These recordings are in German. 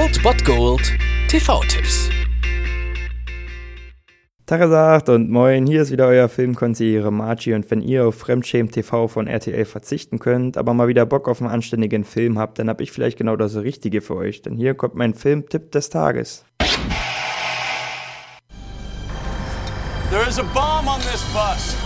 Old Bot Gold TV-Tipps. Tagesacht und moin, hier ist wieder euer Filmkonsigliere Margie und wenn ihr auf Fremdschämen TV von RTL verzichten könnt, aber mal wieder Bock auf einen anständigen Film habt, dann hab ich vielleicht genau das Richtige für euch, denn hier kommt mein Filmtipp des Tages. There is a bomb on this bus.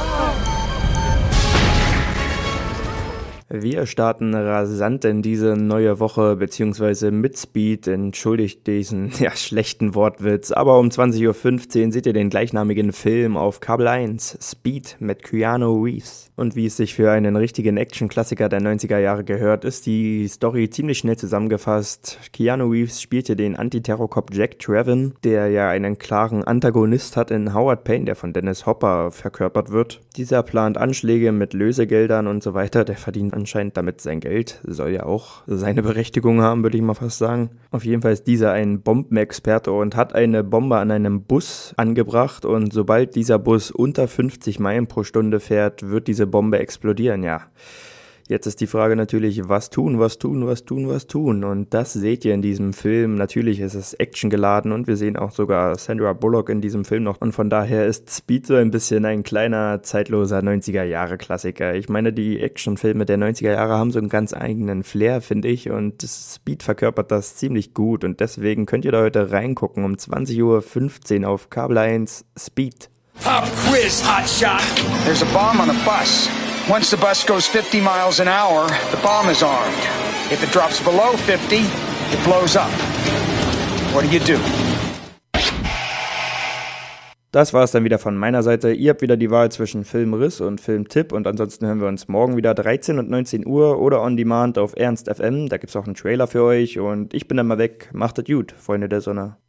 Wir starten rasant in diese neue Woche, beziehungsweise mit Speed, entschuldigt diesen schlechten Wortwitz, aber um 20.15 Uhr seht ihr den gleichnamigen Film auf Kabel 1, Speed mit Keanu Reeves. Und wie es sich für einen richtigen Action-Klassiker der 90er Jahre gehört, ist die Story ziemlich schnell zusammengefasst. Keanu Reeves spielt hier den Antiterror-Cop Jack Traven, der ja einen klaren Antagonist hat in Howard Payne, der von Dennis Hopper verkörpert wird. Dieser plant Anschläge mit Lösegeldern und so weiter, der verdient anscheinend damit sein Geld, soll ja auch seine Berechtigung haben, würde ich mal fast sagen. Auf jeden Fall ist dieser ein Bombenexperte und hat eine Bombe an einem Bus angebracht und sobald dieser Bus unter 50 Meilen pro Stunde fährt, wird diese Bombe explodieren, ja. Jetzt ist die Frage natürlich, was tun? Und das seht ihr in diesem Film. Natürlich ist es actiongeladen und wir sehen auch sogar Sandra Bullock in diesem Film noch. Und von daher ist Speed so ein bisschen ein kleiner, zeitloser 90er-Jahre-Klassiker. Ich meine, die Actionfilme der 90er Jahre haben so einen ganz eigenen Flair, finde ich. Und Speed verkörpert das ziemlich gut. Und deswegen könnt ihr da heute reingucken um 20.15 Uhr auf Kabel 1 Speed. Pop quiz, hotshot. There's a bomb on a bus. Once the bus goes 50 miles an hour, the bomb is armed. If it drops below 50, it blows up. What do? Das war es dann wieder von meiner Seite. Ihr habt wieder die Wahl zwischen Filmriss und Filmtipp und ansonsten hören wir uns morgen wieder 13 und 19 Uhr oder on demand auf Ernst FM. Da gibt's auch einen Trailer für euch und ich bin dann mal weg. Macht es gut, Freunde der Sonne.